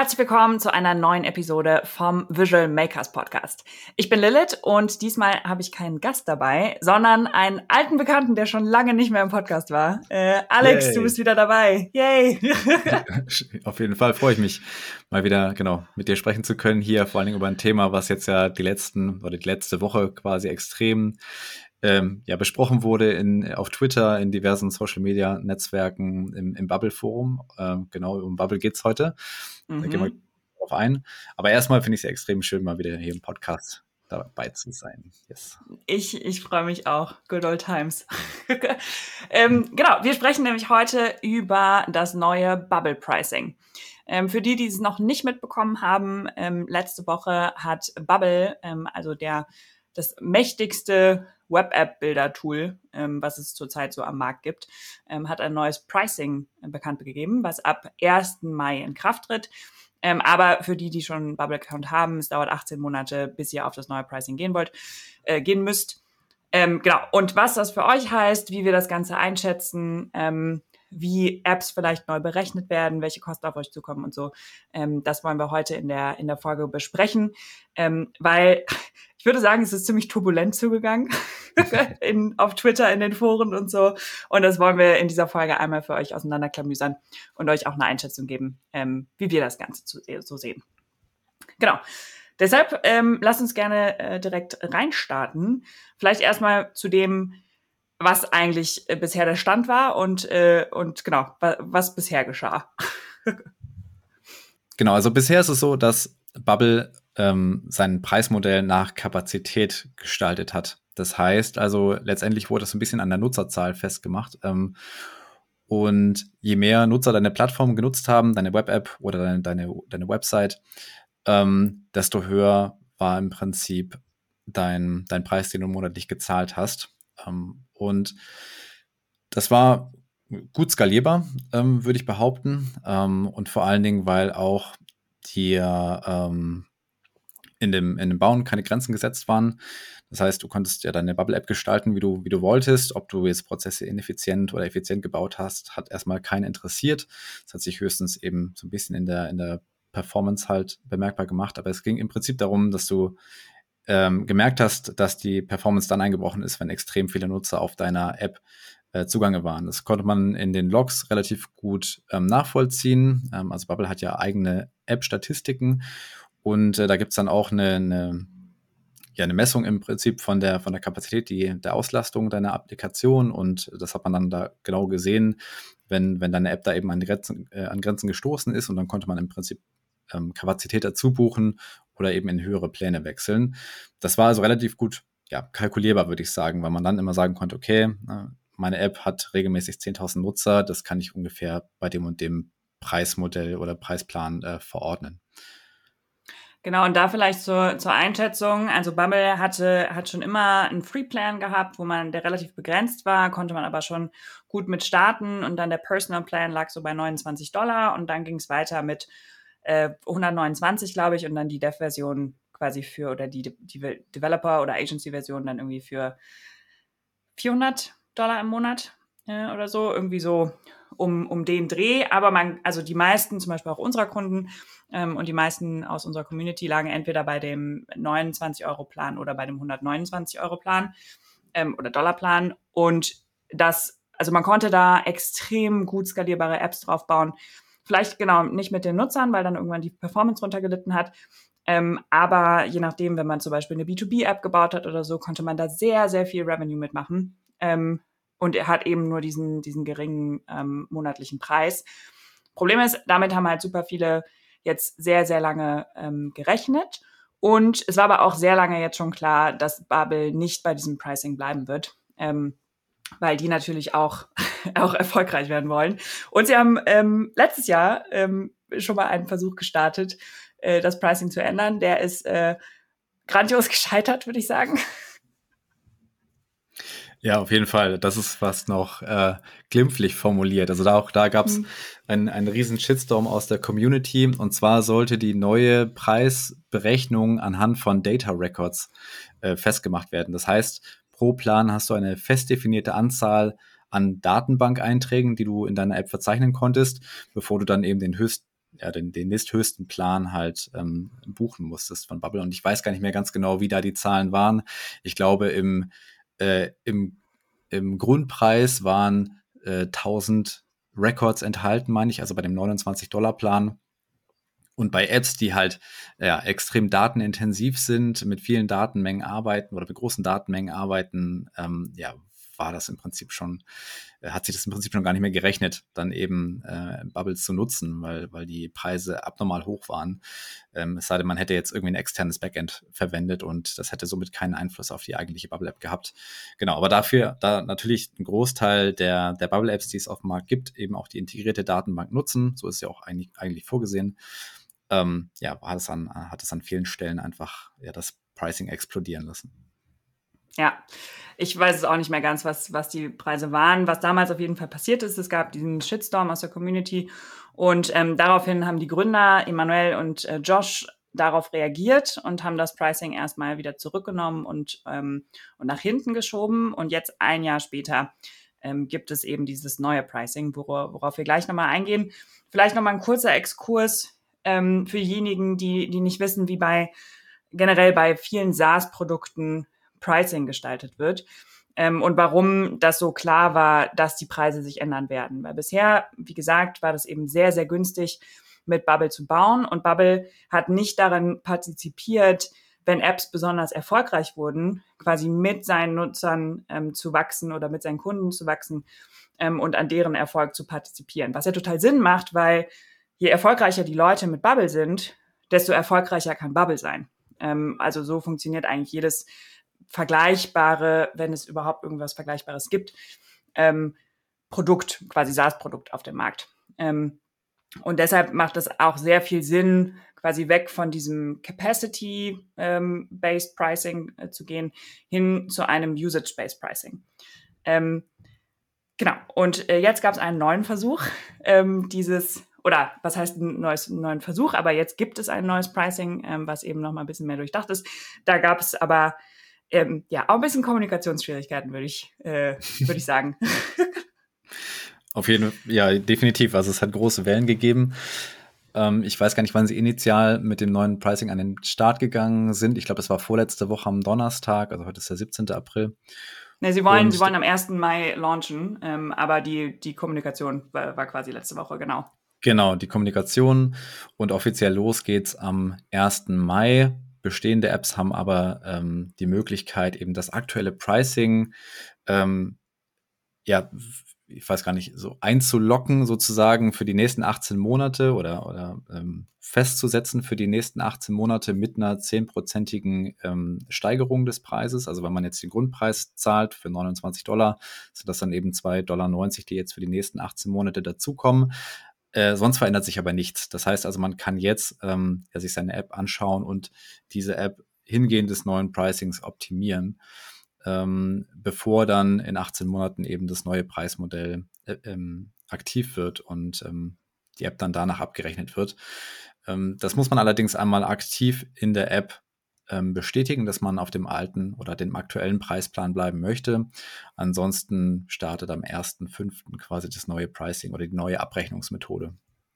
herzlich willkommen zu einer neuen Episode vom Visual Makers Podcast. Ich bin Lilith und diesmal habe ich keinen Gast dabei, sondern einen alten Bekannten, der schon lange nicht mehr im Podcast war. Alex, Du bist wieder dabei. Yay! Auf jeden Fall freue ich mich, mal wieder mit dir sprechen zu können hier, vor allen Dingen über ein Thema, was jetzt ja die letzte Woche quasi extrem besprochen wurde auf Twitter, in diversen Social-Media-Netzwerken, im Bubble-Forum. Genau, um Bubble geht's heute. Da gehen wir drauf ein. Aber erstmal finde ich es ja extrem schön, mal wieder hier im Podcast dabei zu sein. Yes. Ich freue mich auch. Good old times. Genau, wir sprechen nämlich heute über das neue Bubble Pricing. Für die es noch nicht mitbekommen haben, letzte Woche hat Bubble, das mächtigste Web-App-Bilder-Tool, was es zurzeit so am Markt gibt, hat ein neues Pricing bekannt gegeben, was ab 1. Mai in Kraft tritt. Aber für die schon einen Bubble-Account haben, es dauert 18 Monate, bis ihr auf das neue Pricing gehen müsst. Genau. Und was das für euch heißt, wie wir das Ganze einschätzen, wie Apps vielleicht neu berechnet werden, welche Kosten auf euch zukommen und so, das wollen wir heute in der Folge besprechen, weil ich würde sagen, es ist ziemlich turbulent zugegangen auf Twitter, in den Foren und so. Und das wollen wir in dieser Folge einmal für euch auseinanderklamüsern und euch auch eine Einschätzung geben, wie wir das Ganze so sehen. Genau. Deshalb lasst uns gerne direkt reinstarten. Vielleicht erstmal zu dem, was eigentlich bisher der Stand war und genau, was bisher geschah. Genau, also bisher ist es so, dass Bubble sein Preismodell nach Kapazität gestaltet hat. Das heißt also, letztendlich wurde es ein bisschen an der Nutzerzahl festgemacht. Und je mehr Nutzer deine Plattform genutzt haben, deine Web-App oder deine Website, desto höher war im Prinzip dein Preis, den du monatlich gezahlt hast. Und das war gut skalierbar, würde ich behaupten. Und vor allen Dingen, weil auch dir in dem Bauen keine Grenzen gesetzt waren. Das heißt, du konntest ja deine Bubble-App gestalten, wie du wolltest. Ob du jetzt Prozesse ineffizient oder effizient gebaut hast, hat erstmal keinen interessiert. Das hat sich höchstens eben so ein bisschen in der Performance halt bemerkbar gemacht. Aber es ging im Prinzip darum, dass du gemerkt hast, dass die Performance dann eingebrochen ist, wenn extrem viele Nutzer auf deiner App zugange waren. Das konnte man in den Logs relativ gut nachvollziehen. Also Bubble hat ja eigene App-Statistiken und da gibt's dann auch eine Messung im Prinzip von der Kapazität, der Auslastung deiner Applikation, und das hat man dann da genau gesehen, wenn deine App da eben an Grenzen gestoßen ist, und dann konnte man im Prinzip Kapazität dazu buchen oder eben in höhere Pläne wechseln. Das war also relativ gut kalkulierbar, würde ich sagen, weil man dann immer sagen konnte, okay, meine App hat regelmäßig 10.000 Nutzer, das kann ich ungefähr bei dem und dem Preismodell oder Preisplan verordnen. Genau, und da vielleicht zur Einschätzung. Also Bubble hat schon immer einen Free-Plan gehabt, der relativ begrenzt war, konnte man aber schon gut mit starten, und dann der Personal Plan lag so bei $29 und dann ging es weiter mit 129, glaube ich, und dann die Dev-Version quasi oder die Developer- oder Agency-Version dann irgendwie für $400 im Monat oder so, irgendwie so um den Dreh. Aber also die meisten, zum Beispiel auch unserer Kunden und die meisten aus unserer Community, lagen entweder bei dem 29-Euro-Plan oder bei dem 129-Euro-Plan oder Dollar-Plan. Und also man konnte da extrem gut skalierbare Apps drauf bauen. Vielleicht genau nicht mit den Nutzern, weil dann irgendwann die Performance runtergelitten hat. Aber je nachdem, wenn man zum Beispiel eine B2B-App gebaut hat oder so, konnte man da sehr, sehr viel Revenue mitmachen. Und er hat eben nur diesen geringen monatlichen Preis. Problem ist, damit haben halt super viele jetzt sehr, sehr lange gerechnet. Und es war aber auch sehr lange jetzt schon klar, dass Bubble nicht bei diesem Pricing bleiben wird. Weil die natürlich auch erfolgreich werden wollen. Und sie haben letztes Jahr schon mal einen Versuch gestartet, das Pricing zu ändern. Der ist grandios gescheitert, würde ich sagen. Ja, auf jeden Fall. Das ist fast noch glimpflich formuliert. Also da gab es einen riesen Shitstorm aus der Community. Und zwar sollte die neue Preisberechnung anhand von Data Records festgemacht werden. Das heißt, pro Plan hast du eine fest definierte Anzahl an Datenbankeinträgen, die du in deiner App verzeichnen konntest, bevor du dann eben den den nächsthöchsten Plan halt buchen musstest von Bubble. Und ich weiß gar nicht mehr ganz genau, wie da die Zahlen waren. Ich glaube, im Grundpreis waren 1000 Records enthalten, meine ich, also bei dem 29-Dollar-Plan. Und bei Apps, die halt extrem datenintensiv sind, mit vielen Datenmengen arbeiten oder mit großen Datenmengen arbeiten, war das im Prinzip schon, hat sich das im Prinzip schon gar nicht mehr gerechnet, dann eben Bubbles zu nutzen, weil die Preise abnormal hoch waren. Es sei denn, man hätte jetzt irgendwie ein externes Backend verwendet und das hätte somit keinen Einfluss auf die eigentliche Bubble-App gehabt. Genau, aber dafür, da natürlich ein Großteil der Bubble-Apps, die es auf dem Markt gibt, eben auch die integrierte Datenbank nutzen, so ist es ja auch eigentlich vorgesehen, hat es an vielen Stellen einfach das Pricing explodieren lassen. Ja, ich weiß es auch nicht mehr ganz, was die Preise waren. Was damals auf jeden Fall passiert ist, es gab diesen Shitstorm aus der Community und daraufhin haben die Gründer Emmanuel und Josh darauf reagiert und haben das Pricing erstmal wieder zurückgenommen und nach hinten geschoben. Und jetzt ein Jahr später gibt es eben dieses neue Pricing, worauf wir gleich nochmal eingehen. Vielleicht nochmal ein kurzer Exkurs für diejenigen, die nicht wissen, wie generell bei vielen SaaS-Produkten Pricing gestaltet wird und warum das so klar war, dass die Preise sich ändern werden. Weil bisher, wie gesagt, war das eben sehr, sehr günstig, mit Bubble zu bauen und Bubble hat nicht daran partizipiert, wenn Apps besonders erfolgreich wurden, quasi mit seinen Nutzern zu wachsen oder mit seinen Kunden zu wachsen und an deren Erfolg zu partizipieren. Was ja total Sinn macht, weil je erfolgreicher die Leute mit Bubble sind, desto erfolgreicher kann Bubble sein. Also so funktioniert eigentlich jedes vergleichbare, wenn es überhaupt irgendwas Vergleichbares gibt, Produkt, quasi SaaS-Produkt auf dem Markt. Und deshalb macht es auch sehr viel Sinn, quasi weg von diesem Capacity-based Pricing zu gehen, hin zu einem Usage-based Pricing. Genau. Und jetzt gab es einen neuen Versuch, oder was heißt einen neuen Versuch, aber jetzt gibt es ein neues Pricing, was eben noch mal ein bisschen mehr durchdacht ist. Da gab es aber auch ein bisschen Kommunikationsschwierigkeiten, würde ich sagen. Auf jeden Fall, ja, definitiv. Also es hat große Wellen gegeben. Ich weiß gar nicht, wann sie initial mit dem neuen Pricing an den Start gegangen sind. Ich glaube, es war vorletzte Woche am Donnerstag, also heute ist der 17. April. Ne, sie wollen am 1. Mai launchen, aber die Kommunikation war quasi letzte Woche, genau. Genau, die Kommunikation und offiziell los geht's am 1. Mai. Bestehende Apps haben aber die Möglichkeit, eben das aktuelle Pricing ich weiß gar nicht, so einzulocken sozusagen für die nächsten 18 Monate oder festzusetzen für die nächsten 18 Monate mit einer 10%igen Steigerung des Preises. Also wenn man jetzt den Grundpreis zahlt für $29, sind das dann eben $2,90, die jetzt für die nächsten 18 Monate dazukommen. Sonst verändert sich aber nichts. Das heißt also, man kann jetzt sich seine App anschauen und diese App hingehend des neuen Pricings optimieren, bevor dann in 18 Monaten eben das neue Preismodell aktiv wird und die App dann danach abgerechnet wird. Das muss man allerdings einmal aktiv in der App bestätigen, dass man auf dem alten oder dem aktuellen Preisplan bleiben möchte. Ansonsten startet am 1.5. quasi das neue Pricing oder die neue Abrechnungsmethode.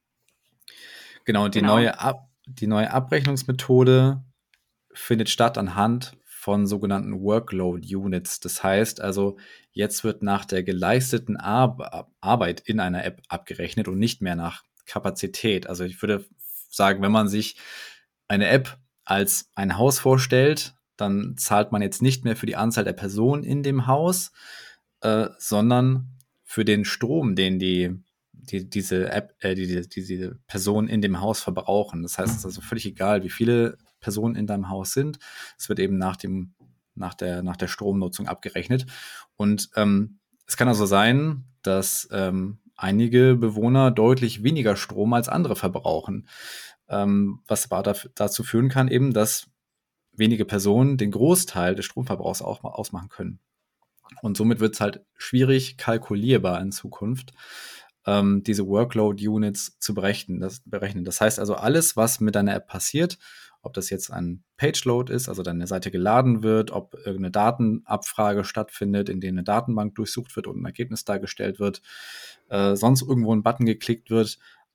Genau, und die neue Abrechnungsmethode findet statt anhand von sogenannten Workload Units. Das heißt also, jetzt wird nach der geleisteten Arbeit in einer App abgerechnet und nicht mehr nach Kapazität. Also ich würde sagen, wenn man sich eine App als ein Haus vorstellt, dann zahlt man jetzt nicht mehr für die Anzahl der Personen in dem Haus, sondern für den Strom, den diese App, diese Personen in dem Haus verbrauchen. Das heißt, es ist also völlig egal, wie viele Personen in deinem Haus sind. Es wird eben nach der Stromnutzung abgerechnet. Und es kann also sein, dass einige Bewohner deutlich weniger Strom als andere verbrauchen. Was aber dazu führen kann, eben, dass wenige Personen den Großteil des Stromverbrauchs auch mal ausmachen können. Und somit wird es halt schwierig kalkulierbar in Zukunft, diese Workload-Units zu berechnen. Das heißt also, alles, was mit deiner App passiert, ob das jetzt ein Page-Load ist, also deine Seite geladen wird, ob irgendeine Datenabfrage stattfindet, in der eine Datenbank durchsucht wird und ein Ergebnis dargestellt wird, sonst irgendwo ein Button geklickt wird,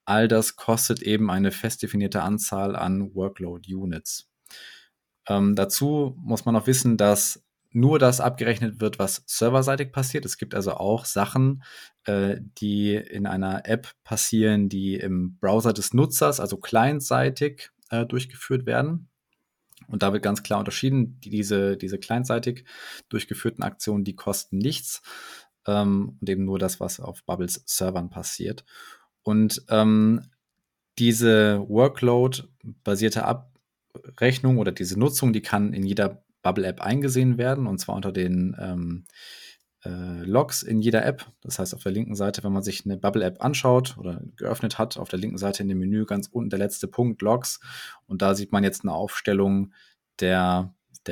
all das kostet eben eine fest definierte Anzahl an Workload-Units. Dazu muss man noch wissen, dass nur das abgerechnet wird, was serverseitig passiert. Es gibt also auch Sachen, die in einer App passieren, die im Browser des Nutzers, also clientseitig, durchgeführt werden. Und da wird ganz klar unterschieden, diese clientseitig durchgeführten Aktionen, die kosten nichts. Und eben nur das, was auf Bubbles Servern passiert. Und diese Workload-basierte Abrechnung oder diese Nutzung, die kann in jeder Bubble-App eingesehen werden, und zwar unter den Logs in jeder App. Das heißt, auf der linken Seite, wenn man sich eine Bubble-App anschaut oder geöffnet hat, auf der linken Seite in dem Menü ganz unten der letzte Punkt, Logs. Und da sieht man jetzt eine Aufstellung der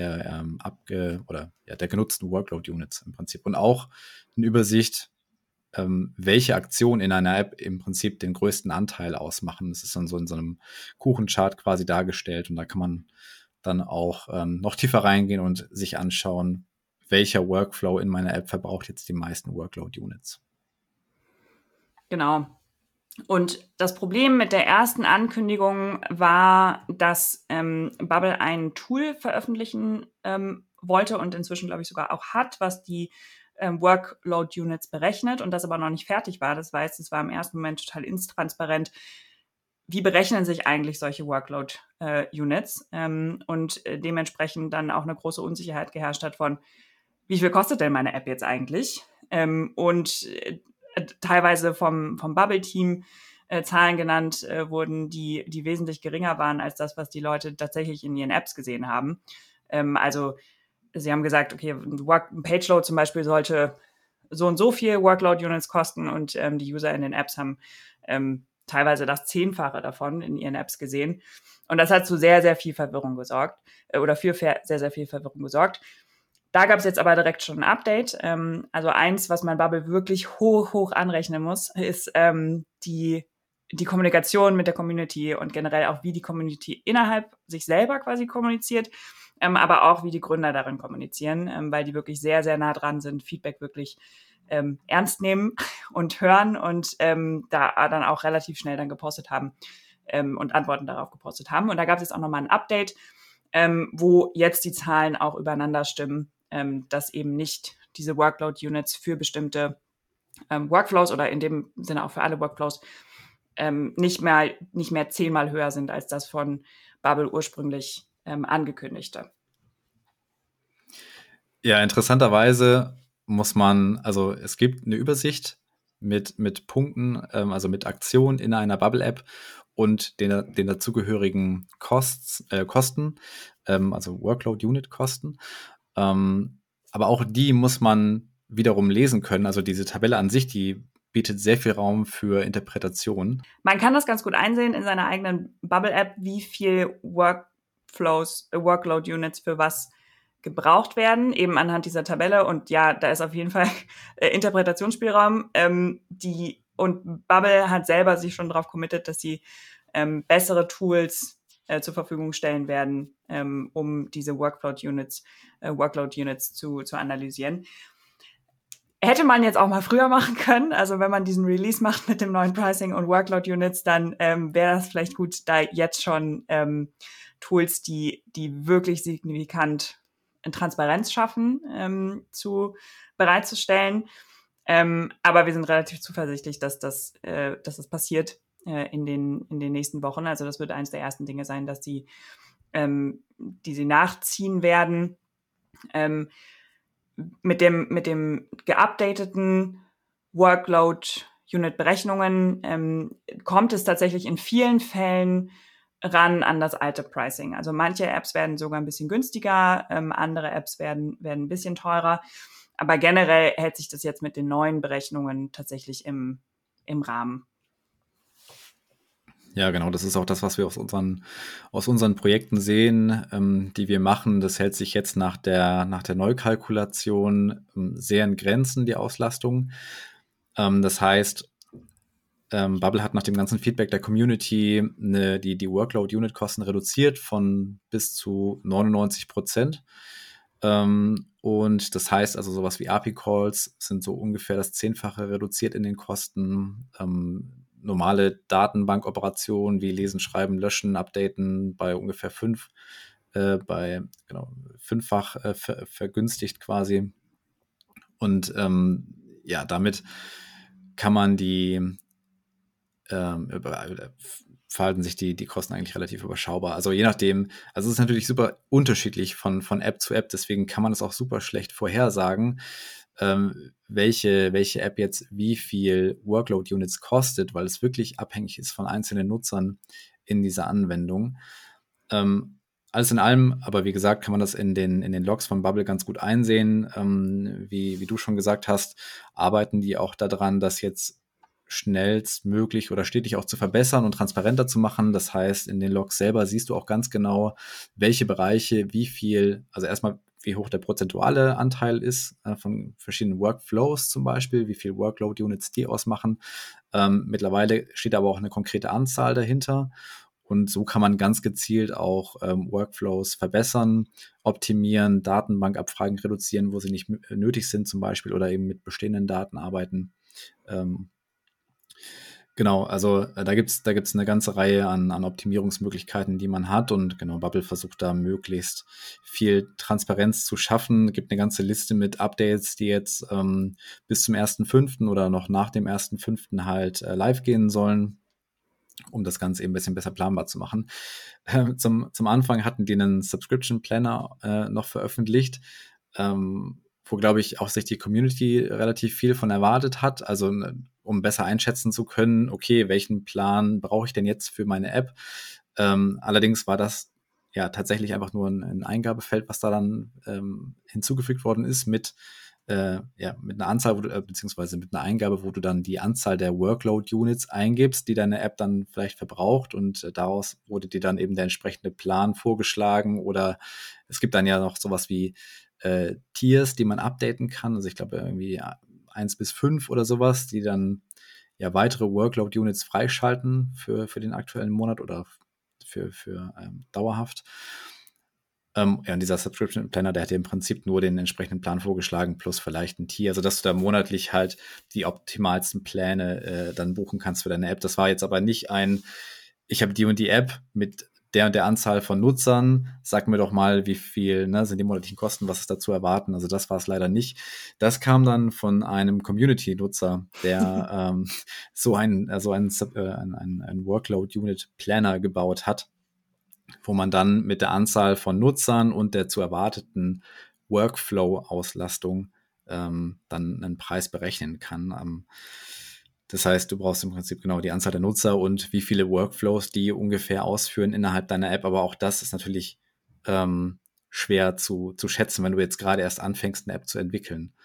genutzten Workload-Units im Prinzip. Und auch eine Übersicht, welche Aktionen in einer App im Prinzip den größten Anteil ausmachen. Das ist dann so in so einem Kuchenchart quasi dargestellt, und da kann man dann auch noch tiefer reingehen und sich anschauen, welcher Workflow in meiner App verbraucht jetzt die meisten Workload-Units. Genau. Und das Problem mit der ersten Ankündigung war, dass Bubble ein Tool veröffentlichen wollte und inzwischen, glaube ich, sogar auch hat, was die Workload-Units berechnet und das aber noch nicht fertig war. Das heißt, es war im ersten Moment total intransparent. Wie berechnen sich eigentlich solche Workload-Units? Und dementsprechend dann auch eine große Unsicherheit geherrscht hat von, wie viel kostet denn meine App jetzt eigentlich? Und teilweise vom Bubble-Team Zahlen genannt wurden, die wesentlich geringer waren als das, was die Leute tatsächlich in ihren Apps gesehen haben. Also sie haben gesagt, okay, ein Page-Load zum Beispiel sollte so und so viel Workload-Units kosten, und die User in den Apps haben teilweise das Zehnfache davon in ihren Apps gesehen. Und das hat zu sehr, sehr viel Verwirrung gesorgt oder für sehr, sehr viel Verwirrung gesorgt. Da gab es jetzt aber direkt schon ein Update. Also eins, was man Bubble wirklich hoch anrechnen muss, ist die Kommunikation mit der Community und generell auch, wie die Community innerhalb sich selber quasi kommuniziert, aber auch, wie die Gründer darin kommunizieren, weil die wirklich sehr, sehr nah dran sind, Feedback wirklich ernst nehmen und hören und da dann auch relativ schnell dann gepostet haben und Antworten darauf gepostet haben. Und da gab es jetzt auch nochmal ein Update, wo jetzt die Zahlen auch übereinander stimmen, dass eben nicht diese Workload-Units für bestimmte Workflows oder in dem Sinne auch für alle Workflows nicht mehr 10-mal höher sind als das von Bubble ursprünglich angekündigte. Ja, interessanterweise also es gibt eine Übersicht mit Punkten, also mit Aktionen in einer Bubble-App und den dazugehörigen Kosten, also Workload-Unit-Kosten. Aber auch die muss man wiederum lesen können. Also diese Tabelle an sich, die bietet sehr viel Raum für Interpretation. Man kann das ganz gut einsehen in seiner eigenen Bubble-App, wie viel Workload-Units für was gebraucht werden, eben anhand dieser Tabelle. Und ja, da ist auf jeden Fall Interpretationsspielraum. Und Bubble hat selber sich schon darauf committed, dass sie bessere Tools zur Verfügung stellen werden, um diese Workload-Units zu analysieren. Hätte man jetzt auch mal früher machen können. Also wenn man diesen Release macht mit dem neuen Pricing und Workload-Units, dann wäre das vielleicht gut, da jetzt schon Tools, die wirklich signifikant Transparenz schaffen, bereitzustellen. Aber wir sind relativ zuversichtlich, dass das passiert in den nächsten Wochen. Also das wird eines der ersten Dinge sein, dass die sie nachziehen werden. Mit dem geupdateten Workload-Unit-Berechnungen kommt es tatsächlich in vielen Fällen ran an das alte Pricing. Also manche Apps werden sogar ein bisschen günstiger, andere Apps werden ein bisschen teurer. Aber generell hält sich das jetzt mit den neuen Berechnungen tatsächlich im Rahmen. Ja, genau, das ist auch das, was wir aus unseren Projekten sehen, die wir machen. Das hält sich jetzt nach der Neukalkulation sehr in Grenzen, die Auslastung. Das heißt, Bubble hat nach dem ganzen Feedback der Community die Workload-Unit-Kosten reduziert von bis zu 99%. Und das heißt also, sowas wie API-Calls sind so ungefähr das 10-fache reduziert in den Kosten. normale Datenbankoperationen wie Lesen, Schreiben, Löschen, Updaten bei ungefähr 5, bei genau 5-fach vergünstigt quasi. Und ja, damit kann man verhalten sich die Kosten eigentlich relativ überschaubar. Also je nachdem, also es ist natürlich super unterschiedlich von App zu App, deswegen kann man es auch super schlecht vorhersagen, welche App jetzt wie viel Workload-Units kostet, weil es wirklich abhängig ist von einzelnen Nutzern in dieser Anwendung. Alles in allem, aber wie gesagt, kann man das in den Logs von Bubble ganz gut einsehen. Wie du schon gesagt hast, arbeiten die auch daran, das jetzt schnellstmöglich oder stetig auch zu verbessern und transparenter zu machen. Das heißt, in den Logs selber siehst du auch ganz genau, welche Bereiche, wie viel, also erstmal, wie hoch der prozentuale Anteil ist von verschiedenen Workflows zum Beispiel, wie viel Workload-Units die ausmachen. Mittlerweile steht aber auch eine konkrete Anzahl dahinter. Und so kann man ganz gezielt auch Workflows verbessern, optimieren, Datenbankabfragen reduzieren, wo sie nicht nötig sind zum Beispiel, oder eben mit bestehenden Daten arbeiten. Genau, also da gibt's eine ganze Reihe an Optimierungsmöglichkeiten, die man hat. Und genau, Bubble versucht da möglichst viel Transparenz zu schaffen. Es gibt eine ganze Liste mit Updates, die jetzt bis zum 1.5. oder noch nach dem 1.5. halt live gehen sollen, um das Ganze eben ein bisschen besser planbar zu machen. Zum Anfang hatten die einen Subscription Planner noch veröffentlicht, wo, glaube ich, auch sich die Community relativ viel von erwartet hat. Also um besser einschätzen zu können, okay, welchen Plan brauche ich denn jetzt für meine App? Allerdings war das ja tatsächlich einfach nur ein Eingabefeld, was da dann hinzugefügt worden ist mit einer Anzahl, beziehungsweise mit einer Eingabe, wo du dann die Anzahl der Workload-Units eingibst, die deine App dann vielleicht verbraucht, und daraus wurde dir dann eben der entsprechende Plan vorgeschlagen. Oder es gibt dann ja noch sowas wie Tiers, die man updaten kann. Also ich glaube irgendwie 1 bis 5 oder sowas, die dann ja weitere Workload-Units freischalten für den aktuellen Monat oder für dauerhaft. Ja, und dieser Subscription Planner, der hat dir im Prinzip nur den entsprechenden Plan vorgeschlagen, plus vielleicht ein Tier, also dass du da monatlich halt die optimalsten Pläne dann buchen kannst für deine App. Das war jetzt aber nicht ich habe die und die App mit der und der Anzahl von Nutzern, sag mir doch mal, wie viel sind die monatlichen Kosten, was ist da zu erwarten. Also das war es leider nicht. Das kam dann von einem Community-Nutzer, der so einen Workload-Unit-Planner gebaut hat, wo man dann mit der Anzahl von Nutzern und der zu erwarteten Workflow-Auslastung dann einen Preis berechnen kann. Das heißt, du brauchst im Prinzip genau die Anzahl der Nutzer und wie viele Workflows die ungefähr ausführen innerhalb deiner App. Aber auch das ist natürlich schwer zu schätzen, wenn du jetzt gerade erst anfängst, eine App zu entwickeln.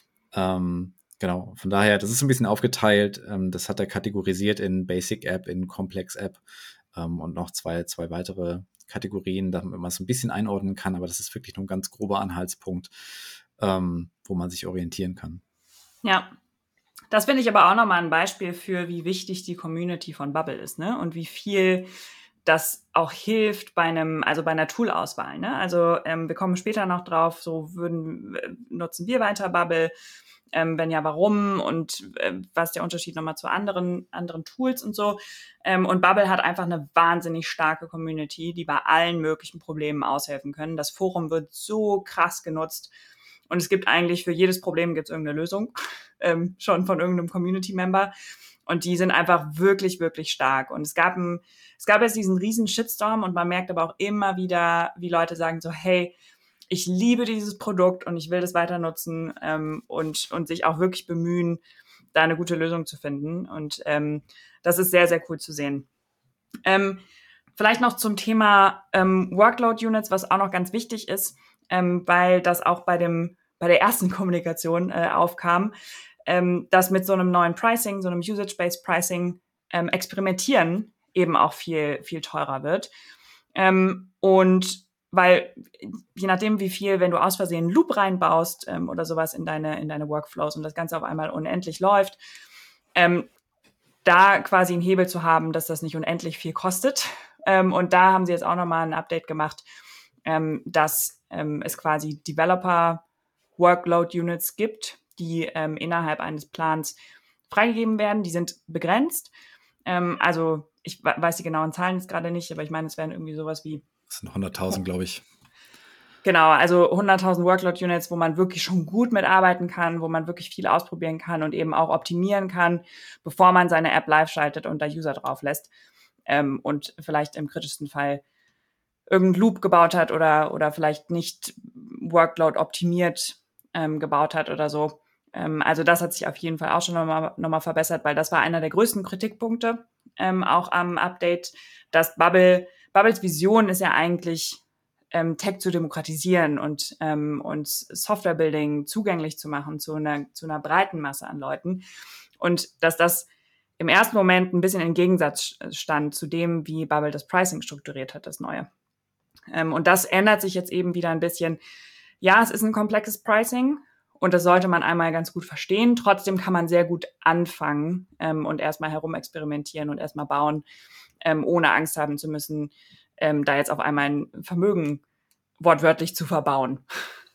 Genau, von daher, das ist ein bisschen aufgeteilt. Das hat er kategorisiert in Basic App, in Complex App und noch zwei weitere Kategorien, damit man es ein bisschen einordnen kann. Aber das ist wirklich nur ein ganz grober Anhaltspunkt, wo man sich orientieren kann. Ja, das finde ich aber auch nochmal ein Beispiel für, wie wichtig die Community von Bubble ist, ne? Und wie viel das auch hilft bei einer Tool-Auswahl, ne? Also wir kommen später noch drauf, nutzen wir weiter Bubble, wenn ja, warum und was ist der Unterschied nochmal zu anderen Tools und so. Und Bubble hat einfach eine wahnsinnig starke Community, die bei allen möglichen Problemen aushelfen können. Das Forum wird so krass genutzt. Und es gibt eigentlich für jedes Problem gibt's irgendeine Lösung, schon von irgendeinem Community-Member. Und die sind einfach wirklich, wirklich stark. Und es gab jetzt diesen riesen Shitstorm und man merkt aber auch immer wieder, wie Leute sagen so, hey, ich liebe dieses Produkt und ich will das weiter nutzen und sich auch wirklich bemühen, da eine gute Lösung zu finden. Und das ist sehr, sehr cool zu sehen. Vielleicht noch zum Thema Workload-Units, was auch noch ganz wichtig ist, weil das auch bei der ersten Kommunikation aufkam, dass mit so einem neuen Pricing, so einem Usage-Based Pricing experimentieren eben auch viel, viel teurer wird. Und weil je nachdem, wie viel, wenn du aus Versehen einen Loop reinbaust oder sowas in deine Workflows und das Ganze auf einmal unendlich läuft, da quasi einen Hebel zu haben, dass das nicht unendlich viel kostet. Und da haben sie jetzt auch nochmal ein Update gemacht, dass es quasi Developer-Workload-Units gibt, die innerhalb eines Plans freigegeben werden. Die sind begrenzt. Also ich weiß die genauen Zahlen jetzt gerade nicht, aber ich meine, es wären irgendwie sowas wie Das sind 100.000, glaube ich. genau, also 100.000 Workload-Units, wo man wirklich schon gut mitarbeiten kann, wo man wirklich viel ausprobieren kann und eben auch optimieren kann, bevor man seine App live schaltet und da User drauf lässt. Und vielleicht im kritischsten Fall irgendeinen Loop gebaut hat oder vielleicht nicht Workload optimiert gebaut hat oder so. Also das hat sich auf jeden Fall auch schon nochmal verbessert, weil das war einer der größten Kritikpunkte auch am Update, dass Bubbles Vision ist ja eigentlich Tech zu demokratisieren und Softwarebuilding zugänglich zu machen zu einer breiten Masse an Leuten. Und dass das im ersten Moment ein bisschen im Gegensatz stand zu dem, wie Bubble das Pricing strukturiert hat, das Neue. Und das ändert sich jetzt eben wieder ein bisschen. Ja, es ist ein komplexes Pricing und das sollte man einmal ganz gut verstehen. Trotzdem kann man sehr gut anfangen und erstmal herumexperimentieren und erstmal bauen, ohne Angst haben zu müssen, da jetzt auf einmal ein Vermögen wortwörtlich zu verbauen.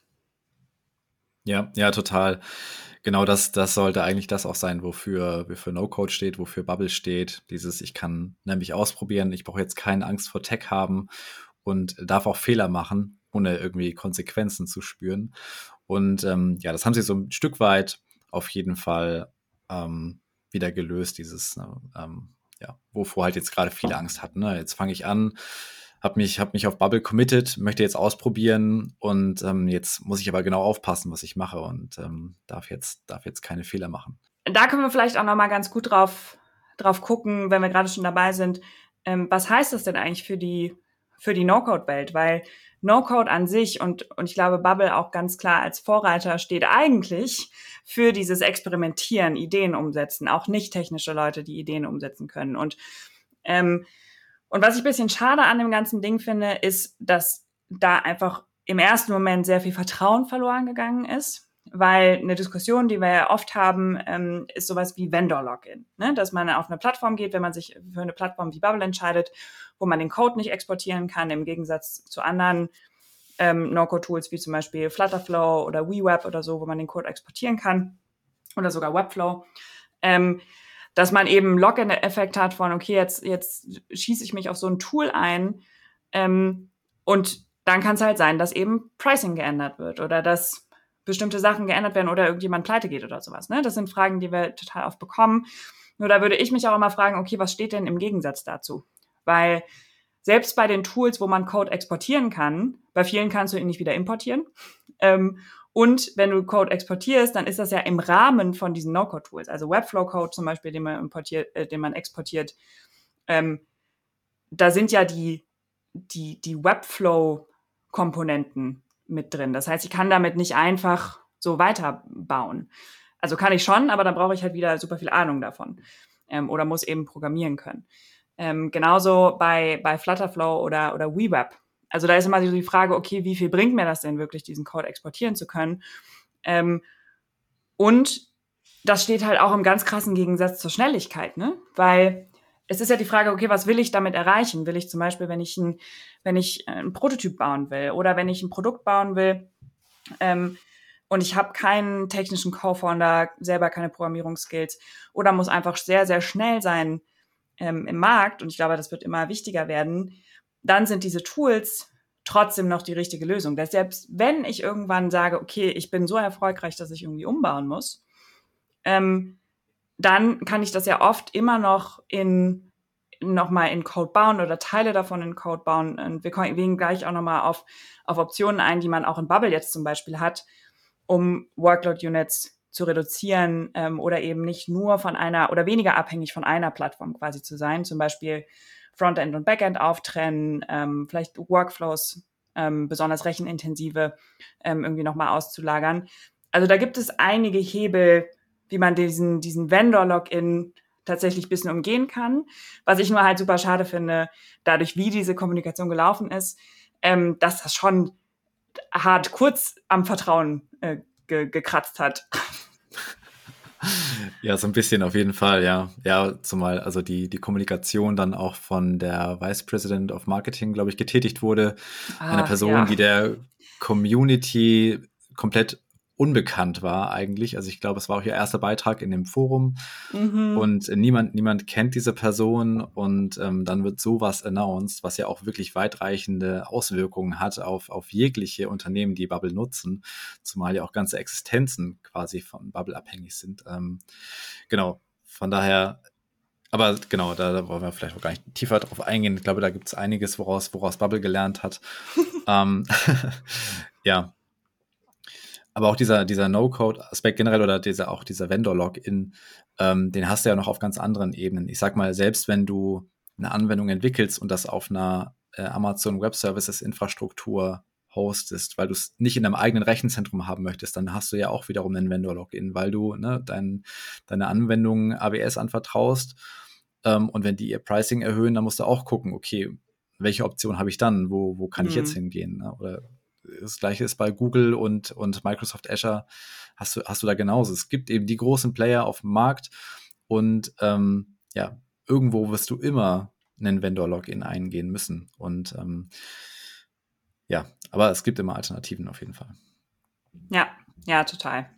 Ja, ja, total. Genau das sollte eigentlich das auch sein, wofür No-Code steht, wofür Bubble steht. Ich kann nämlich ausprobieren, ich brauche jetzt keine Angst vor Tech haben und darf auch Fehler machen, ohne irgendwie Konsequenzen zu spüren. Und ja, das haben sie so ein Stück weit auf jeden Fall wieder gelöst, ja, wovor halt jetzt gerade viele Angst hatten. Ne? Jetzt fange ich an, hab mich auf Bubble committed, möchte jetzt ausprobieren und jetzt muss ich aber genau aufpassen, was ich mache und darf jetzt keine Fehler machen. Da können wir vielleicht auch noch mal ganz gut drauf gucken, wenn wir gerade schon dabei sind. Was heißt das denn eigentlich für die No-Code-Welt? Weil No-Code an sich und ich glaube Bubble auch ganz klar als Vorreiter steht eigentlich für dieses Experimentieren, Ideen umsetzen, auch nicht technische Leute, die Ideen umsetzen können. Und was ich ein bisschen schade an dem ganzen Ding finde, ist, dass da einfach im ersten Moment sehr viel Vertrauen verloren gegangen ist. Weil eine Diskussion, die wir ja oft haben, ist sowas wie Vendor-Login. Ne? Dass man auf eine Plattform geht, wenn man sich für eine Plattform wie Bubble entscheidet, wo man den Code nicht exportieren kann, im Gegensatz zu anderen No-Code-Tools wie zum Beispiel Flutterflow oder WeWeb oder so, wo man den Code exportieren kann oder sogar Webflow. Dass man eben Login-Effekt hat von, okay, jetzt schieße ich mich auf so ein Tool ein und dann kann es halt sein, dass eben Pricing geändert wird oder dass bestimmte Sachen geändert werden oder irgendjemand pleite geht oder sowas. Ne? Das sind Fragen, die wir total oft bekommen. Nur da würde ich mich auch immer fragen, okay, was steht denn im Gegensatz dazu? Weil selbst bei den Tools, wo man Code exportieren kann, bei vielen kannst du ihn nicht wieder importieren. Und wenn du Code exportierst, dann ist das ja im Rahmen von diesen No-Code-Tools. Also Webflow-Code zum Beispiel, den man exportiert. Da sind ja die Webflow-Komponenten mit drin. Das heißt, ich kann damit nicht einfach so weiterbauen. Also kann ich schon, aber dann brauche ich halt wieder super viel Ahnung davon. Oder muss eben programmieren können. Genauso bei Flutterflow oder WeWeb. Also da ist immer so die Frage, okay, wie viel bringt mir das denn wirklich, diesen Code exportieren zu können? Und das steht halt auch im ganz krassen Gegensatz zur Schnelligkeit, ne? Weil es ist ja die Frage, okay, was will ich damit erreichen? Will ich zum Beispiel, wenn ich einen Prototyp bauen will oder wenn ich ein Produkt bauen will und ich habe keinen technischen Co-Founder, selber keine Programmierungsskills oder muss einfach sehr, sehr schnell sein im Markt, und ich glaube, das wird immer wichtiger werden, dann sind diese Tools trotzdem noch die richtige Lösung. Dass selbst wenn ich irgendwann sage, okay, ich bin so erfolgreich, dass ich irgendwie umbauen muss, dann kann ich das ja oft immer noch nochmal in Code bauen oder Teile davon in Code bauen. Und wir gehen gleich auch nochmal auf Optionen ein, die man auch in Bubble jetzt zum Beispiel hat, um Workload-Units zu reduzieren oder eben nicht nur von einer oder weniger abhängig von einer Plattform quasi zu sein. Zum Beispiel Frontend und Backend auftrennen, vielleicht Workflows, besonders rechenintensive, irgendwie nochmal auszulagern. Also da gibt es einige Hebel, wie man diesen Vendor-Login tatsächlich ein bisschen umgehen kann. Was ich nur halt super schade finde, dadurch, wie diese Kommunikation gelaufen ist, dass das schon hart kurz am Vertrauen gekratzt hat. Ja, so ein bisschen auf jeden Fall, ja. Ja, zumal also die Kommunikation dann auch von der Vice President of Marketing, glaube ich, getätigt wurde. Eine Person, Ja. die der Community komplett unbekannt war eigentlich. Also ich glaube, es war auch ihr erster Beitrag in dem Forum Mhm. und niemand kennt diese Person und dann wird sowas announced, was ja auch wirklich weitreichende Auswirkungen hat auf jegliche Unternehmen, die Bubble nutzen, zumal ja auch ganze Existenzen quasi von Bubble abhängig sind. Genau, von daher, aber genau, da wollen wir vielleicht auch gar nicht tiefer drauf eingehen. Ich glaube, da gibt es einiges, woraus Bubble gelernt hat. ähm, ja, aber auch dieser No-Code-Aspekt generell oder dieser Vendor-Login, den hast du ja noch auf ganz anderen Ebenen. Ich sag mal, selbst wenn du eine Anwendung entwickelst und das auf einer Amazon Web Services Infrastruktur hostest, weil du es nicht in deinem eigenen Rechenzentrum haben möchtest, dann hast du ja auch wiederum einen Vendor-Login, weil du deine Anwendung AWS anvertraust. Und wenn die ihr Pricing erhöhen, dann musst du auch gucken, okay, welche Option habe ich dann? Wo kann ich jetzt Mhm. hingehen? Ne? Oder das gleiche ist bei Google und Microsoft Azure, hast du da genauso. Es gibt eben die großen Player auf dem Markt und ja, irgendwo wirst du immer einen Vendor-Login eingehen müssen. Und ja, aber es gibt immer Alternativen auf jeden Fall. Ja, ja, total.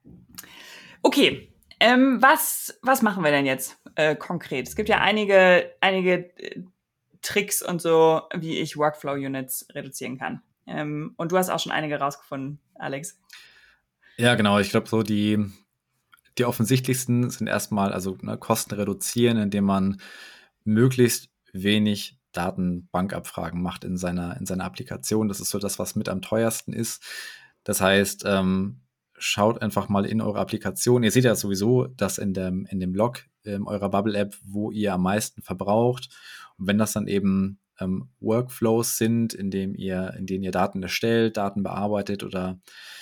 Okay, was machen wir denn jetzt konkret? Es gibt ja einige Tricks und so, wie ich Workflow-Units reduzieren kann. Und du hast auch schon einige rausgefunden, Alex. Ja, genau. Ich glaube, so die offensichtlichsten sind erstmal, also Kosten reduzieren, indem man möglichst wenig Datenbankabfragen macht in seiner Applikation. Das ist so das, was mit am teuersten ist. Das heißt, schaut einfach mal in eure Applikation. Ihr seht ja sowieso, dass in dem Log eurer Bubble-App, wo ihr am meisten verbraucht. Und wenn das dann eben Workflows sind, in denen ihr Daten erstellt, Daten bearbeitet oder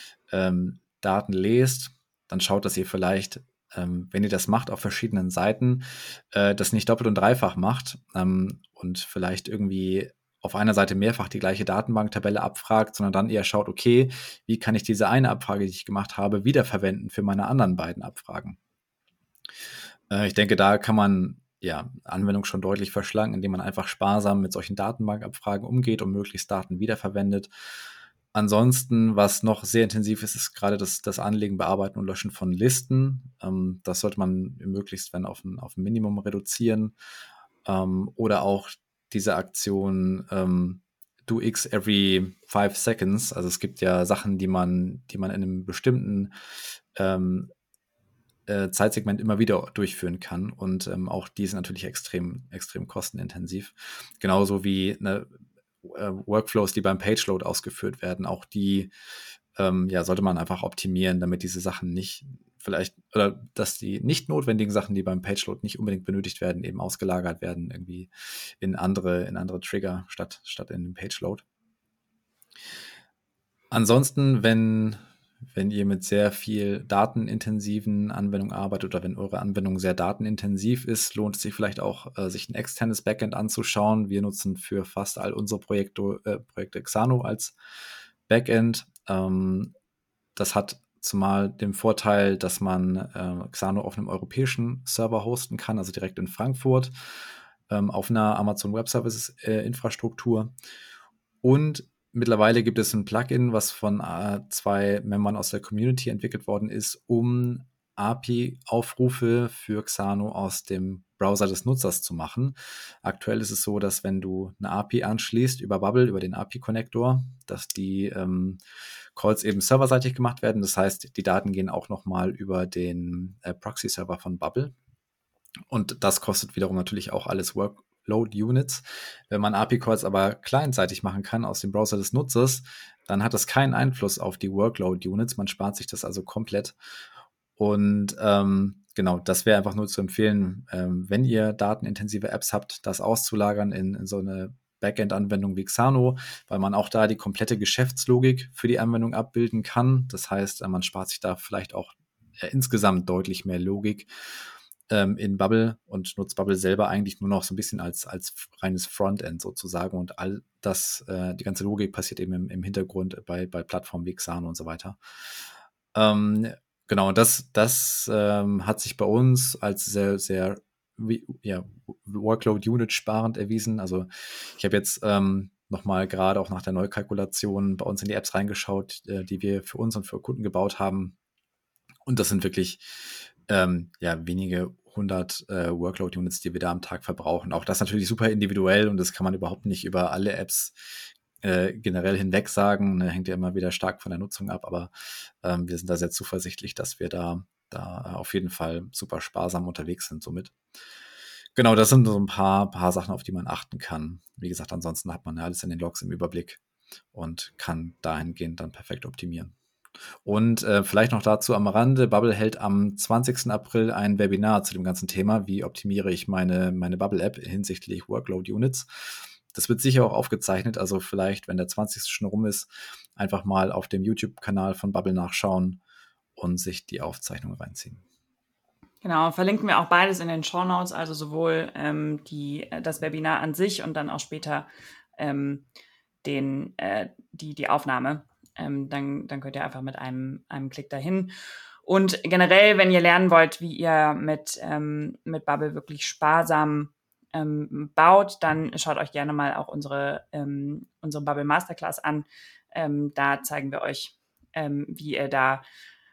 Daten lest, dann schaut, dass ihr vielleicht, wenn ihr das macht auf verschiedenen Seiten, das nicht doppelt und dreifach macht und vielleicht irgendwie auf einer Seite mehrfach die gleiche Datenbanktabelle abfragt, sondern dann eher schaut, okay, wie kann ich diese eine Abfrage, die ich gemacht habe, wiederverwenden für meine anderen beiden Abfragen. Ich denke, da kann man ja Anwendung schon deutlich verschlanken, indem man einfach sparsam mit solchen Datenbankabfragen umgeht und möglichst Daten wiederverwendet. Ansonsten, was noch sehr intensiv ist, ist gerade das Anlegen, Bearbeiten und Löschen von Listen. Das sollte man möglichst, wenn auf ein Minimum reduzieren. Oder auch diese Aktion Do X every 5 seconds. Also es gibt ja Sachen, die man in einem bestimmten Zeitsegment immer wieder durchführen kann. Und auch die sind natürlich extrem kostenintensiv. Genauso wie Workflows, die beim Pageload ausgeführt werden. Auch die ja, sollte man einfach optimieren, damit diese Sachen nicht vielleicht, oder dass die nicht notwendigen Sachen, die beim Pageload nicht unbedingt benötigt werden, eben ausgelagert werden, irgendwie in andere Trigger statt in den Pageload. Ansonsten, wenn ihr mit sehr viel datenintensiven Anwendungen arbeitet oder wenn eure Anwendung sehr datenintensiv ist, lohnt es sich vielleicht auch, sich ein externes Backend anzuschauen. Wir nutzen für fast all unsere Projekte Xano als Backend. Das hat zumal den Vorteil, dass man Xano auf einem europäischen Server hosten kann, also direkt in Frankfurt, auf einer Amazon Web Services Infrastruktur. Und mittlerweile gibt es ein Plugin, was von 2 Membern aus der Community entwickelt worden ist, um API-Aufrufe für Xano aus dem Browser des Nutzers zu machen. Aktuell ist es so, dass wenn du eine API anschließt über Bubble, über den API-Connector, dass die Calls eben serverseitig gemacht werden. Das heißt, die Daten gehen auch nochmal über den Proxy-Server von Bubble. Und das kostet wiederum natürlich auch alles Workload-Units. Wenn man API-Calls aber clientseitig machen kann aus dem Browser des Nutzers, dann hat das keinen Einfluss auf die Workload-Units. Man spart sich das also komplett. Und genau, das wäre einfach nur zu empfehlen, wenn ihr datenintensive Apps habt, das auszulagern in so eine Backend-Anwendung wie Xano, weil man auch da die komplette Geschäftslogik für die Anwendung abbilden kann. Das heißt, man spart sich da vielleicht auch insgesamt deutlich mehr Logik in Bubble und nutzt Bubble selber eigentlich nur noch so ein bisschen als reines Frontend sozusagen. Und all das, die ganze Logik passiert eben im Hintergrund bei Plattformen wie Xano und so weiter. Ähm, genau, das hat sich bei uns als sehr ja, Workload-Unit sparend erwiesen. Also ich habe jetzt nochmal gerade auch nach der Neukalkulation bei uns in die Apps reingeschaut, die wir für uns und für Kunden gebaut haben. Und das sind wirklich wenige 100 Workload-Units, die wir da am Tag verbrauchen. Auch das natürlich super individuell und das kann man überhaupt nicht über alle Apps generell hinweg sagen. Ne, hängt ja immer wieder stark von der Nutzung ab, aber wir sind da sehr zuversichtlich, dass wir da auf jeden Fall super sparsam unterwegs sind somit. Genau, das sind so ein paar Sachen, auf die man achten kann. Wie gesagt, ansonsten hat man ja alles in den Logs im Überblick und kann dahingehend dann perfekt optimieren. Und vielleicht noch dazu am Rande, Bubble hält am 20. April ein Webinar zu dem ganzen Thema, wie optimiere ich meine Bubble-App hinsichtlich Workload-Units. Das wird sicher auch aufgezeichnet, also vielleicht, wenn der 20. schon rum ist, einfach mal auf dem YouTube-Kanal von Bubble nachschauen und sich die Aufzeichnung reinziehen. Genau, verlinken wir auch beides in den Shownotes, also sowohl das Webinar an sich und dann auch später die Aufnahme. Dann könnt ihr einfach mit einem Klick dahin. Und generell, wenn ihr lernen wollt, wie ihr mit Bubble wirklich sparsam baut, dann schaut euch gerne mal auch unsere Bubble Masterclass an. Da zeigen wir euch, wie ihr da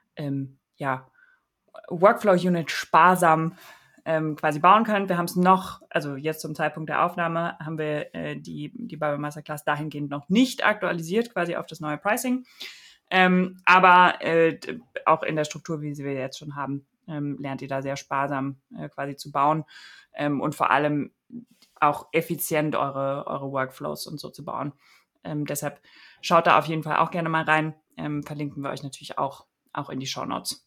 Workflow-Unit sparsam quasi bauen könnt. Wir haben es noch, also jetzt zum Zeitpunkt der Aufnahme, haben wir die Bubble Masterclass dahingehend noch nicht aktualisiert, quasi auf das neue Pricing. Aber auch in der Struktur, wie sie wir jetzt schon haben, lernt ihr da sehr sparsam quasi zu bauen und vor allem auch effizient eure Workflows und so zu bauen. Deshalb schaut da auf jeden Fall auch gerne mal rein. Verlinken wir euch natürlich auch in die Shownotes.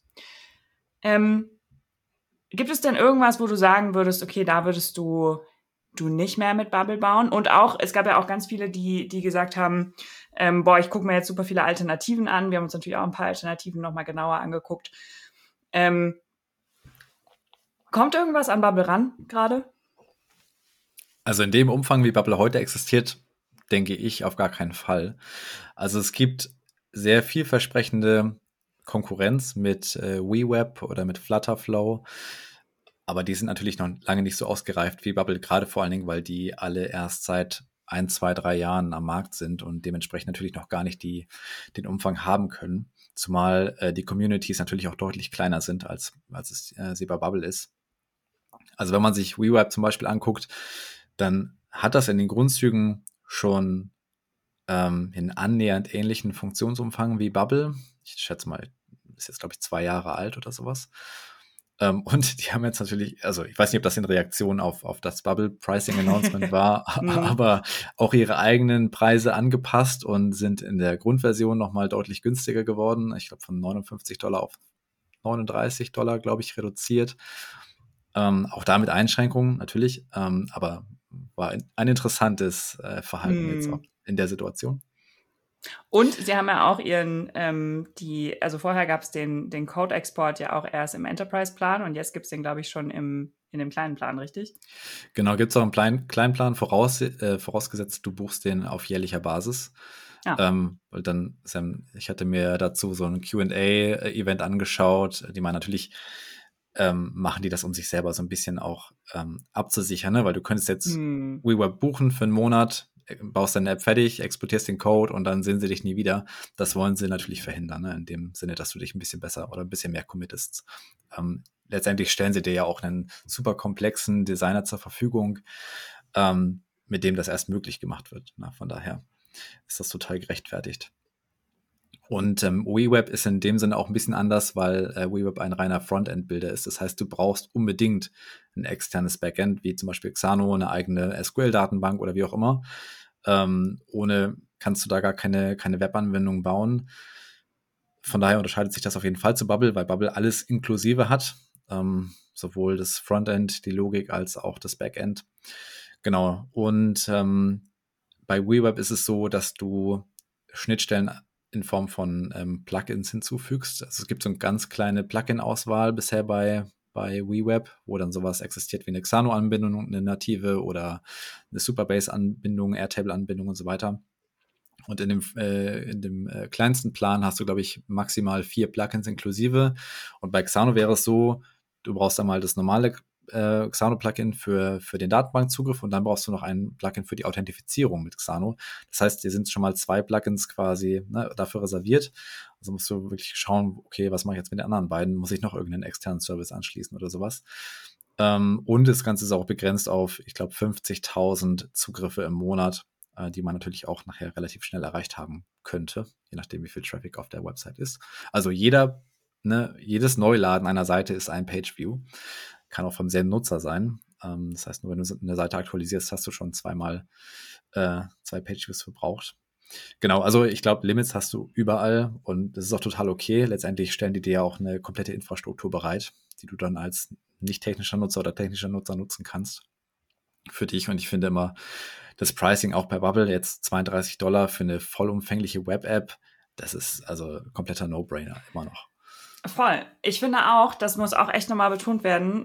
Gibt es denn irgendwas, wo du sagen würdest, okay, da würdest du nicht mehr mit Bubble bauen? Und auch, es gab ja auch ganz viele, die gesagt haben, ich gucke mir jetzt super viele Alternativen an. Wir haben uns natürlich auch ein paar Alternativen nochmal genauer angeguckt. Kommt irgendwas an Bubble ran gerade? Also in dem Umfang, wie Bubble heute existiert, denke ich auf gar keinen Fall. Also es gibt sehr vielversprechende Konkurrenz mit WeWeb oder mit Flutterflow, aber die sind natürlich noch lange nicht so ausgereift wie Bubble, gerade vor allen Dingen, weil die alle erst seit 1, 2, 3 Jahren am Markt sind und dementsprechend natürlich noch gar nicht den Umfang haben können. Zumal die Communities natürlich auch deutlich kleiner sind, als sie bei Bubble ist. Also wenn man sich WeWeb zum Beispiel anguckt, dann hat das in den Grundzügen schon einen annähernd ähnlichen Funktionsumfang wie Bubble. Ich schätze mal, ist jetzt, glaube ich, 2 Jahre alt oder sowas. Und die haben jetzt natürlich, also ich weiß nicht, ob das in Reaktion auf das Bubble Pricing Announcement war, aber auch ihre eigenen Preise angepasst und sind in der Grundversion nochmal deutlich günstiger geworden. Ich glaube, von $59 auf $39, glaube ich, reduziert. Auch da mit Einschränkungen natürlich, aber war ein interessantes Verhalten jetzt auch in der Situation. Und sie haben ja auch also vorher gab es den Code-Export ja auch erst im Enterprise-Plan und jetzt gibt es den, glaube ich, schon in dem kleinen Plan, richtig? Genau, gibt es auch einen kleinen Plan, vorausgesetzt, du buchst den auf jährlicher Basis. Weil dann, Sam, ich hatte mir dazu so ein Q&A-Event angeschaut, die man natürlich machen die das, um sich selber so ein bisschen auch abzusichern, ne? Weil du könntest jetzt WeWeb buchen für einen Monat, baust deine App fertig, exportierst den Code und dann sehen sie dich nie wieder. Das wollen sie natürlich verhindern, ne? In dem Sinne, dass du dich ein bisschen besser oder ein bisschen mehr committest. Letztendlich stellen sie dir ja auch einen super komplexen Designer zur Verfügung, mit dem das erst möglich gemacht wird. Na, von daher ist das total gerechtfertigt. Und WeWeb ist in dem Sinne auch ein bisschen anders, weil WeWeb ein reiner Frontend-Builder ist. Das heißt, du brauchst unbedingt ein externes Backend, wie zum Beispiel Xano, eine eigene SQL-Datenbank oder wie auch immer. Ohne kannst du da gar keine Webanwendung bauen. Von daher unterscheidet sich das auf jeden Fall zu Bubble, weil Bubble alles inklusive hat. Sowohl das Frontend, die Logik, als auch das Backend. Genau. Und bei WeWeb ist es so, dass du Schnittstellen in Form von Plugins hinzufügst. Also es gibt so eine ganz kleine Plugin-Auswahl bisher bei WeWeb, wo dann sowas existiert wie eine Xano-Anbindung, eine native oder eine Supabase-Anbindung, Airtable-Anbindung und so weiter. Und in dem kleinsten Plan hast du, glaube ich, maximal 4 Plugins inklusive. Und bei Xano wäre es so, du brauchst einmal das normale Xano-Plugin für den Datenbankzugriff und dann brauchst du noch ein Plugin für die Authentifizierung mit Xano. Das heißt, dir sind schon mal 2 Plugins quasi, ne, dafür reserviert. Also musst du wirklich schauen, okay, was mache ich jetzt mit den anderen beiden? Muss ich noch irgendeinen externen Service anschließen oder sowas? Und das Ganze ist auch begrenzt auf, ich glaube, 50.000 Zugriffe im Monat, die man natürlich auch nachher relativ schnell erreicht haben könnte, je nachdem, wie viel Traffic auf der Website ist. Also jedes Neuladen einer Seite ist ein Page-View. Kann auch vom selben Nutzer sein. Das heißt, nur wenn du eine Seite aktualisierst, hast du schon 2 Page-Views verbraucht. Genau, also ich glaube, Limits hast du überall und das ist auch total okay. Letztendlich stellen die dir ja auch eine komplette Infrastruktur bereit, die du dann als nicht technischer Nutzer oder technischer Nutzer nutzen kannst für dich. Und ich finde immer, das Pricing auch bei Bubble, jetzt $32 für eine vollumfängliche Web-App, das ist also kompletter No-Brainer immer noch. Voll. Ich finde auch, das muss auch echt nochmal betont werden,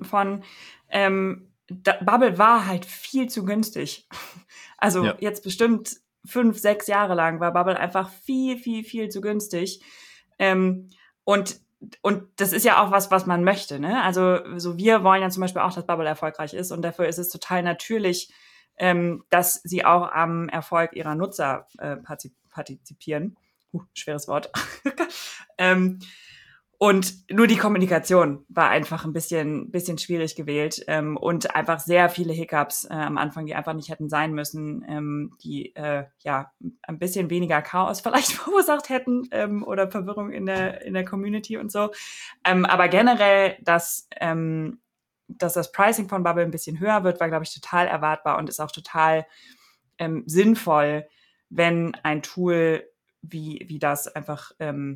Bubble war halt viel zu günstig. Also jetzt bestimmt 5, 6 Jahre lang war Bubble einfach viel, viel, viel zu günstig. Und das ist ja auch was man möchte, ne? Also so wir wollen ja zum Beispiel auch, dass Bubble erfolgreich ist und dafür ist es total natürlich, dass sie auch am Erfolg ihrer Nutzer partizipieren. Schweres Wort. Und nur die Kommunikation war einfach ein bisschen schwierig gewählt und einfach sehr viele Hiccups am Anfang, die einfach nicht hätten sein müssen, die ja ein bisschen weniger Chaos vielleicht verursacht hätten oder Verwirrung in der Community und so. Aber generell, dass das Pricing von Bubble ein bisschen höher wird, war, glaube ich, total erwartbar und ist auch total sinnvoll, wenn ein Tool wie das einfach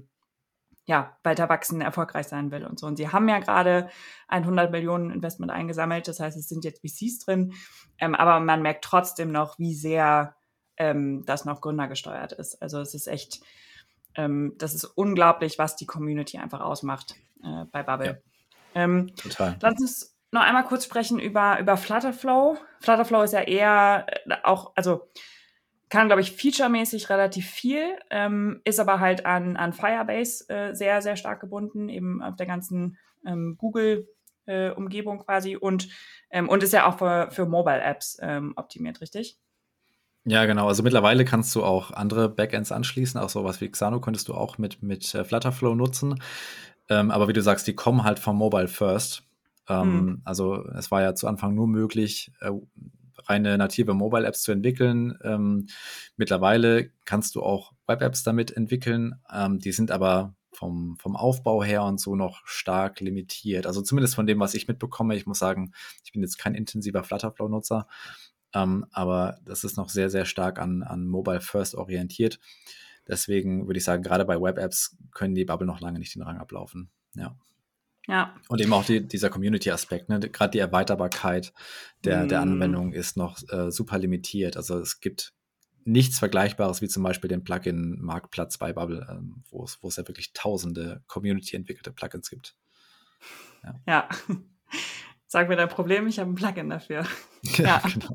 weiter wachsen, erfolgreich sein will und so. Und sie haben ja gerade ein 100 Millionen Investment eingesammelt. Das heißt, es sind jetzt VCs drin. Aber man merkt trotzdem noch, wie sehr das noch gründergesteuert ist. Also es ist echt, das ist unglaublich, was die Community einfach ausmacht bei Bubble. Ja, total. Lass uns noch einmal kurz sprechen über Flutterflow. Flutterflow ist ja eher auch, also kann, glaube ich, featuremäßig relativ viel, ist aber halt an Firebase sehr, sehr stark gebunden, eben auf der ganzen Google-Umgebung quasi und ist ja auch für Mobile-Apps optimiert, richtig? Ja, genau. Also mittlerweile kannst du auch andere Backends anschließen, auch sowas wie Xano könntest du auch mit Flutterflow nutzen. Aber wie du sagst, die kommen halt vom Mobile First. Also es war ja zu Anfang nur möglich, reine native Mobile-Apps zu entwickeln. Mittlerweile kannst du auch Web-Apps damit entwickeln. Die sind aber vom Aufbau her und so noch stark limitiert. Also zumindest von dem, was ich mitbekomme. Ich muss sagen, ich bin jetzt kein intensiver Flutterflow-Nutzer. Aber das ist noch sehr, sehr stark an Mobile First orientiert. Deswegen würde ich sagen, gerade bei Web-Apps können die Bubble noch lange nicht den Rang ablaufen. Ja. Und eben auch dieser Community-Aspekt, ne? Gerade die Erweiterbarkeit der Anwendung ist noch super limitiert. Also es gibt nichts Vergleichbares wie zum Beispiel den Plugin-Marktplatz bei Bubble, wo es ja wirklich tausende Community-entwickelte Plugins gibt. Ja. Sag mir dein Problem, ich habe ein Plugin dafür. Ja, genau.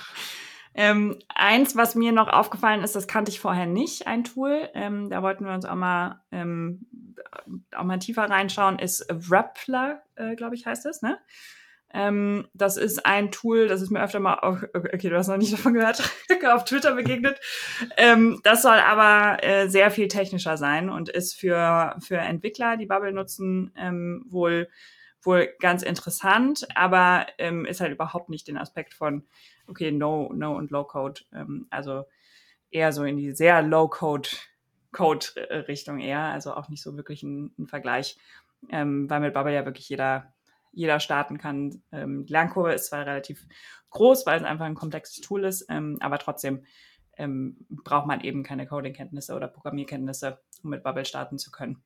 Eins, was mir noch aufgefallen ist, das kannte ich vorher nicht, ein Tool. Da wollten wir uns auch mal tiefer reinschauen, ist Rappler, glaube ich, heißt es, ne? Das ist ein Tool, das ist mir öfter mal okay, du hast noch nicht davon gehört, auf Twitter begegnet. Das soll aber sehr viel technischer sein und ist für Entwickler, die Bubble nutzen, wohl ganz interessant, aber ist halt überhaupt nicht den Aspekt von, okay, No und Low-Code, also eher so in die sehr Low-Code-Richtung eher, also auch nicht so wirklich ein Vergleich, weil mit Bubble ja wirklich jeder starten kann. Die Lernkurve ist zwar relativ groß, weil es einfach ein komplexes Tool ist, aber trotzdem braucht man eben keine Coding-Kenntnisse oder Programmierkenntnisse, um mit Bubble starten zu können.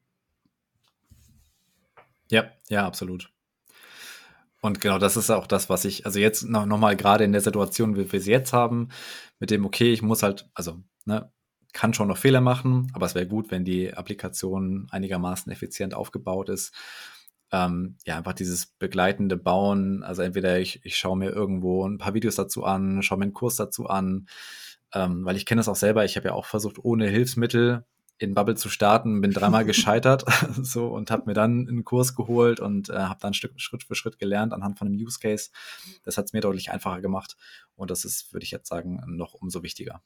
Ja, absolut. Und genau, das ist auch das, was ich, also jetzt noch mal gerade in der Situation, wie wir sie jetzt haben, mit dem, okay, ich muss halt, also, ne, kann schon noch Fehler machen, aber es wäre gut, wenn die Applikation einigermaßen effizient aufgebaut ist. Ja, einfach dieses begleitende Bauen, also entweder ich schaue mir irgendwo ein paar Videos dazu an, schaue mir einen Kurs dazu an, weil ich kenne das auch selber, ich habe ja auch versucht, ohne Hilfsmittel in Bubble zu starten, bin 3-mal gescheitert so und habe mir dann einen Kurs geholt und habe dann Schritt für Schritt gelernt anhand von einem Use Case. Das hat es mir deutlich einfacher gemacht und das ist, würde ich jetzt sagen, noch umso wichtiger.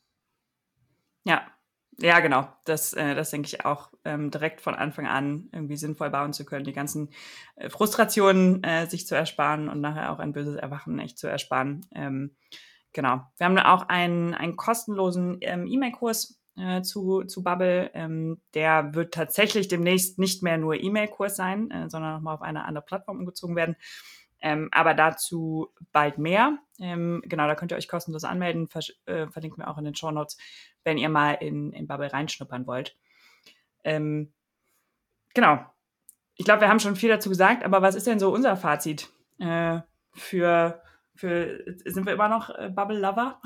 Ja, genau. Das denke ich auch, direkt von Anfang an irgendwie sinnvoll bauen zu können, die ganzen Frustrationen sich zu ersparen und nachher auch ein böses Erwachen echt zu ersparen. Genau. Wir haben auch einen kostenlosen E-Mail-Kurs zu Bubble. Der wird tatsächlich demnächst nicht mehr nur E-Mail-Kurs sein, sondern nochmal auf eine andere Plattform umgezogen werden. Aber dazu bald mehr. Genau, da könnt ihr euch kostenlos anmelden. Verlinken wir auch in den Shownotes, wenn ihr mal in Bubble reinschnuppern wollt. Genau. Ich glaube, wir haben schon viel dazu gesagt, aber was ist denn so unser Fazit? Sind wir immer noch Bubble-Lover?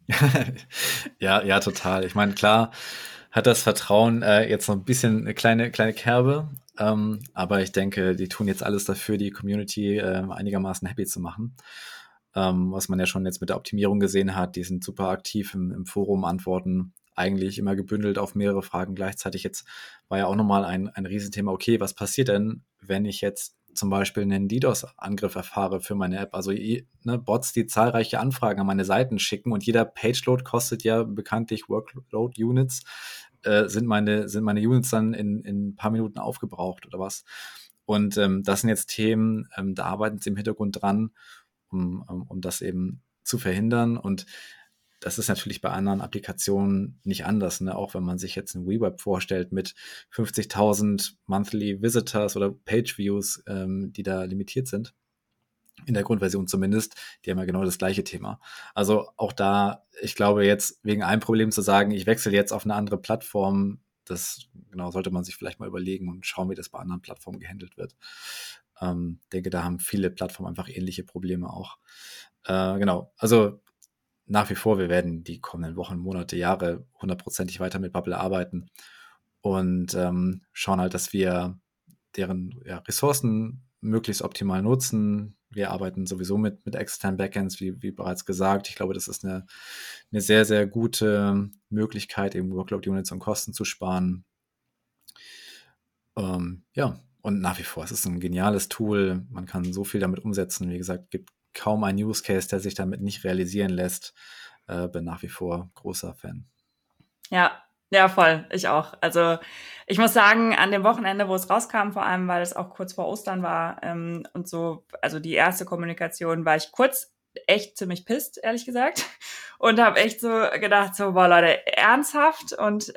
Ja, total. Ich meine, klar hat das Vertrauen jetzt noch ein bisschen eine kleine Kerbe, aber ich denke, die tun jetzt alles dafür, die Community einigermaßen happy zu machen. Was man ja schon jetzt mit der Optimierung gesehen hat, die sind super aktiv im Forum, antworten eigentlich immer gebündelt auf mehrere Fragen gleichzeitig. Jetzt war ja auch nochmal ein Riesenthema, okay, was passiert denn, wenn ich jetzt zum Beispiel einen DDoS-Angriff erfahre für meine App? Also Bots, die zahlreiche Anfragen an meine Seiten schicken und jeder Page-Load kostet ja bekanntlich Workload-Units. Sind meine Units dann in ein paar Minuten aufgebraucht oder was? Und das sind jetzt Themen, da arbeiten sie im Hintergrund dran, um das eben zu verhindern. Und das ist natürlich bei anderen Applikationen nicht anders, ne? Auch wenn man sich jetzt ein WeWeb vorstellt mit 50.000 Monthly Visitors oder Page Views, die da limitiert sind. In der Grundversion zumindest, die haben ja genau das gleiche Thema. Also auch da, ich glaube jetzt wegen einem Problem zu sagen, ich wechsle jetzt auf eine andere Plattform, das genau sollte man sich vielleicht mal überlegen und schauen, wie das bei anderen Plattformen gehandelt wird. Denke, da haben viele Plattformen einfach ähnliche Probleme auch. Genau, also nach wie vor, wir werden die kommenden Wochen, Monate, Jahre 100%ig weiter mit Bubble arbeiten und schauen halt, dass wir deren Ressourcen möglichst optimal nutzen. Wir arbeiten sowieso mit externen Backends, wie bereits gesagt. Ich glaube, das ist eine sehr, sehr gute Möglichkeit, eben Workload-Units und Kosten zu sparen. Ja, und nach wie vor, es ist ein geniales Tool. Man kann so viel damit umsetzen. Wie gesagt, gibt kaum einen Use Case, der sich damit nicht realisieren lässt. Bin nach wie vor großer Fan. Ja, voll. Ich auch. Also ich muss sagen, an dem Wochenende, wo es rauskam, vor allem, weil es auch kurz vor Ostern war und so, also die erste Kommunikation, war ich kurz echt ziemlich pisst, ehrlich gesagt. Und habe echt so gedacht, so, boah, Leute, ernsthaft? Und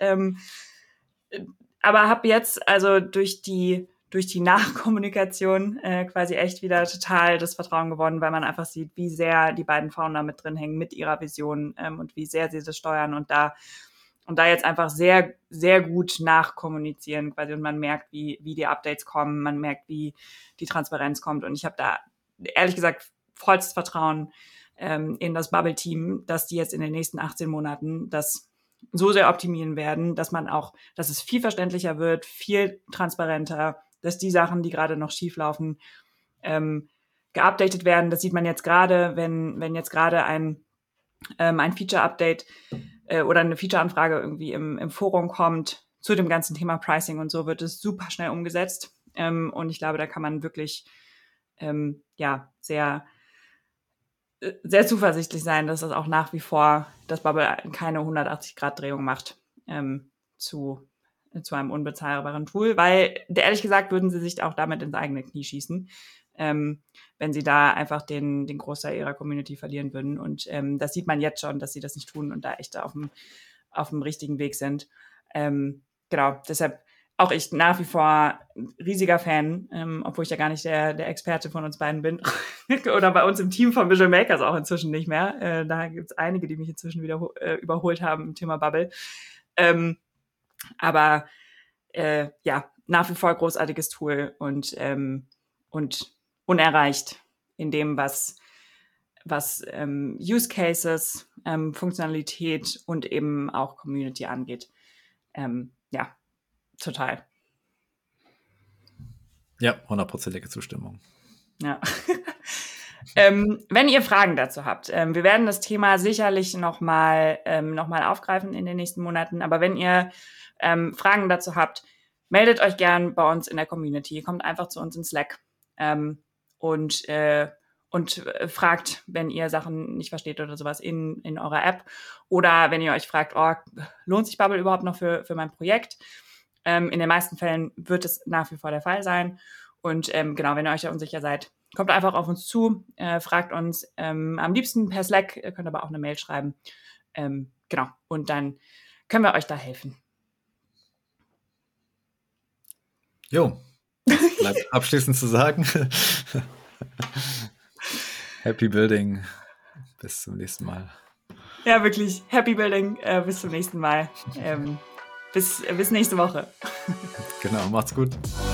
aber habe jetzt also durch die Nachkommunikation quasi echt wieder total das Vertrauen gewonnen, weil man einfach sieht, wie sehr die beiden Founder mit drin hängen mit ihrer Vision und wie sehr sie das steuern und da jetzt einfach sehr, sehr gut nachkommunizieren quasi und man merkt, wie die Updates kommen, man merkt, wie die Transparenz kommt und ich habe da ehrlich gesagt vollstes Vertrauen in das Bubble-Team, dass die jetzt in den nächsten 18 Monaten das so sehr optimieren werden, dass es viel verständlicher wird, viel transparenter, dass die Sachen, die gerade noch schief laufen, geupdatet werden. Das sieht man jetzt gerade, wenn jetzt gerade ein Feature-Update oder eine Feature-Anfrage irgendwie im Forum kommt zu dem ganzen Thema Pricing und so, wird es super schnell umgesetzt. Und ich glaube, da kann man wirklich sehr, sehr zuversichtlich sein, dass das auch nach wie vor das Bubble keine 180-Grad-Drehung macht zu einem unbezahlbaren Tool, weil ehrlich gesagt würden sie sich auch damit ins eigene Knie schießen, wenn sie da einfach den Großteil ihrer Community verlieren würden. Und das sieht man jetzt schon, dass sie das nicht tun und da echt auf dem richtigen Weg sind. Genau, deshalb auch ich nach wie vor riesiger Fan, obwohl ich ja gar nicht der Experte von uns beiden bin. Oder bei uns im Team von Visual Makers auch inzwischen nicht mehr. Da gibt es einige, die mich inzwischen wieder überholt haben im Thema Bubble. Aber nach wie vor großartiges Tool und unerreicht in dem, was Use Cases, Funktionalität und eben auch Community angeht. Total. Ja, 100%ige Zustimmung. Ja. Wenn ihr Fragen dazu habt, wir werden das Thema sicherlich noch mal aufgreifen in den nächsten Monaten, aber wenn ihr Fragen dazu habt, meldet euch gern bei uns in der Community. Kommt einfach zu uns in Slack und fragt, wenn ihr Sachen nicht versteht oder sowas in eurer App. Oder wenn ihr euch fragt, lohnt sich Bubble überhaupt noch für mein Projekt? In den meisten Fällen wird es nach wie vor der Fall sein. Und genau, wenn ihr euch da unsicher seid, kommt einfach auf uns zu, fragt uns am liebsten per Slack, ihr könnt aber auch eine Mail schreiben. Genau, und dann können wir euch da helfen. Jo, was bleibt abschließend zu sagen? Happy Building. Bis zum nächsten Mal. Ja, wirklich. Happy Building. Bis zum nächsten Mal. Bis nächste Woche. Genau, macht's gut.